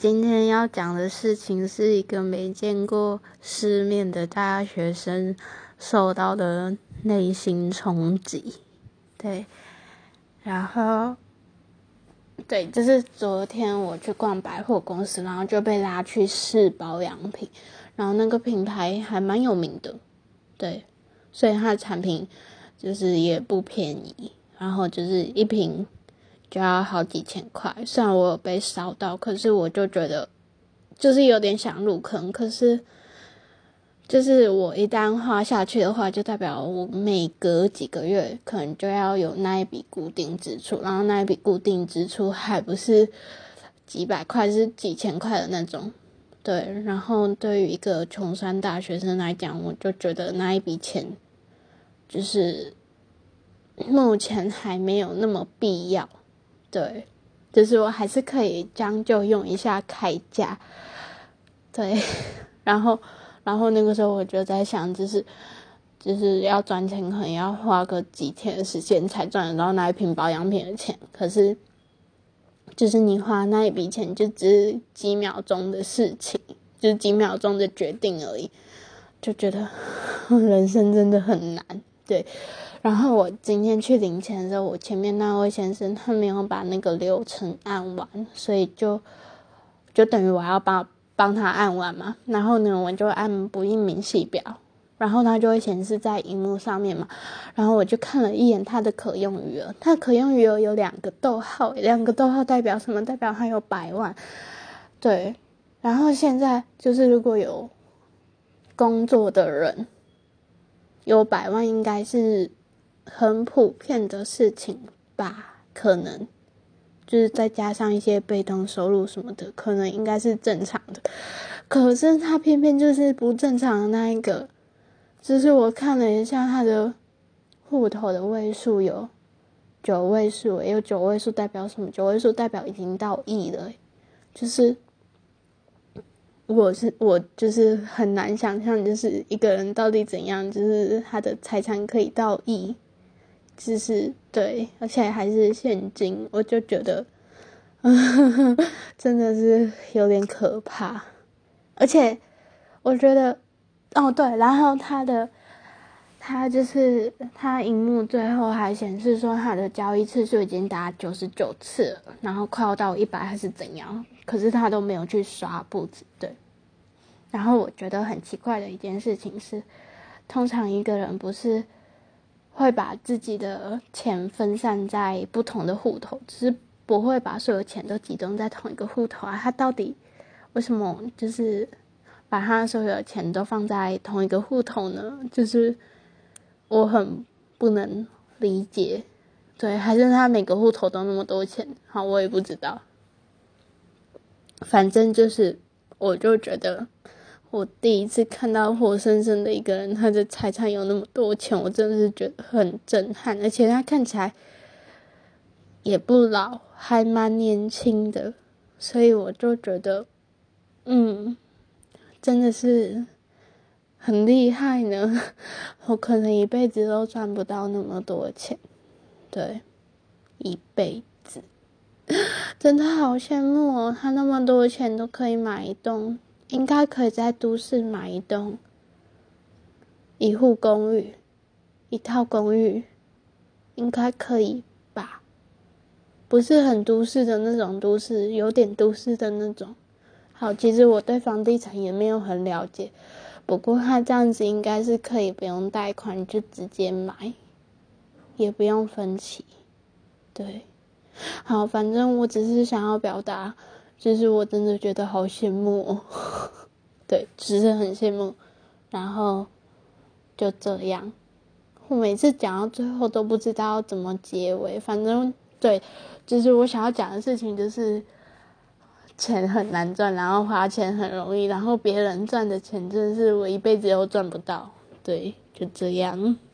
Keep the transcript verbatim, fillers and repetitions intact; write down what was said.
今天要讲的事情是一个没见过世面的大学生受到的内心冲击。对，然后对，就是昨天我去逛百货公司，然后就被拉去试保养品，然后那个品牌还蛮有名的，对，所以它的产品就是也不便宜，然后就是一瓶就要好几千块。虽然我有被烧到，可是我就觉得就是有点想入坑，可是就是我一旦花下去的话，就代表我每隔几个月可能就要有那一笔固定支出，然后那一笔固定支出还不是几百块，是几千块的那种。对，然后对于一个穷酸大学生来讲，我就觉得那一笔钱就是目前还没有那么必要。对，就是我还是可以将就用一下开价。对，然后然后那个时候我就在想，就是就是要赚钱可能要花个几天的时间才赚得到那一瓶保养品的钱，可是就是你花那一笔钱就只是几秒钟的事情，就是几秒钟的决定而已，就觉得人生真的很难。对，然后我今天去领钱的时候，我前面那位先生他没有把那个流程按完，所以就就等于我要帮帮他按完嘛。然后呢，我就按不印明细表，然后它就会显示在荧幕上面嘛。然后我就看了一眼它的可用余额，它的可用余额有两个逗号，两个逗号代表什么？代表它有百万。对，然后现在就是如果有工作的人有百万应该是很普遍的事情吧，可能就是再加上一些被动收入什么的，可能应该是正常的。可是他偏偏就是不正常的那一个，就是我看了一下他的户头的位数有九位数，也有九位数代表什么？九位数代表已经到亿了，就是我是我就是很难想象，就是一个人到底怎样，就是他的财产可以到亿，就是对，而且还是现金，我就觉得真的是有点可怕。而且我觉得哦对，然后他的他就是他荧幕最后还显示说他的交易次数已经达九十九次了，然后快要到一百还是怎样，可是他都没有去刷步子。对，然后我觉得很奇怪的一件事情是，通常一个人不是会把自己的钱分散在不同的户头，只是不会把所有钱都集中在同一个户头啊。他到底为什么就是把他所有的钱都放在同一个户头呢？就是我很不能理解。对，还是他每个户头都那么多钱？好，我也不知道。反正就是我就觉得我第一次看到活生生的一个人他的财产有那么多钱，我真的是觉得很震撼。而且他看起来也不老，还蛮年轻的，所以我就觉得嗯真的是很厉害呢。我可能一辈子都赚不到那么多钱。对，一辈子真的好羡慕哦，他那么多钱都可以买一栋，应该可以在都市买一栋一户公寓，一套公寓应该可以吧，不是很都市的那种都市，有点都市的那种。好，其实我对房地产也没有很了解，不过他这样子应该是可以不用贷款就直接买，也不用分期。对，好，反正我只是想要表达，就是我真的觉得好羡慕哦。对，只是很羡慕，然后就这样。我每次讲到最后都不知道怎么结尾，反正对，就是我想要讲的事情就是钱很难赚，然后花钱很容易，然后别人赚的钱真的是我一辈子都赚不到。对，就这样。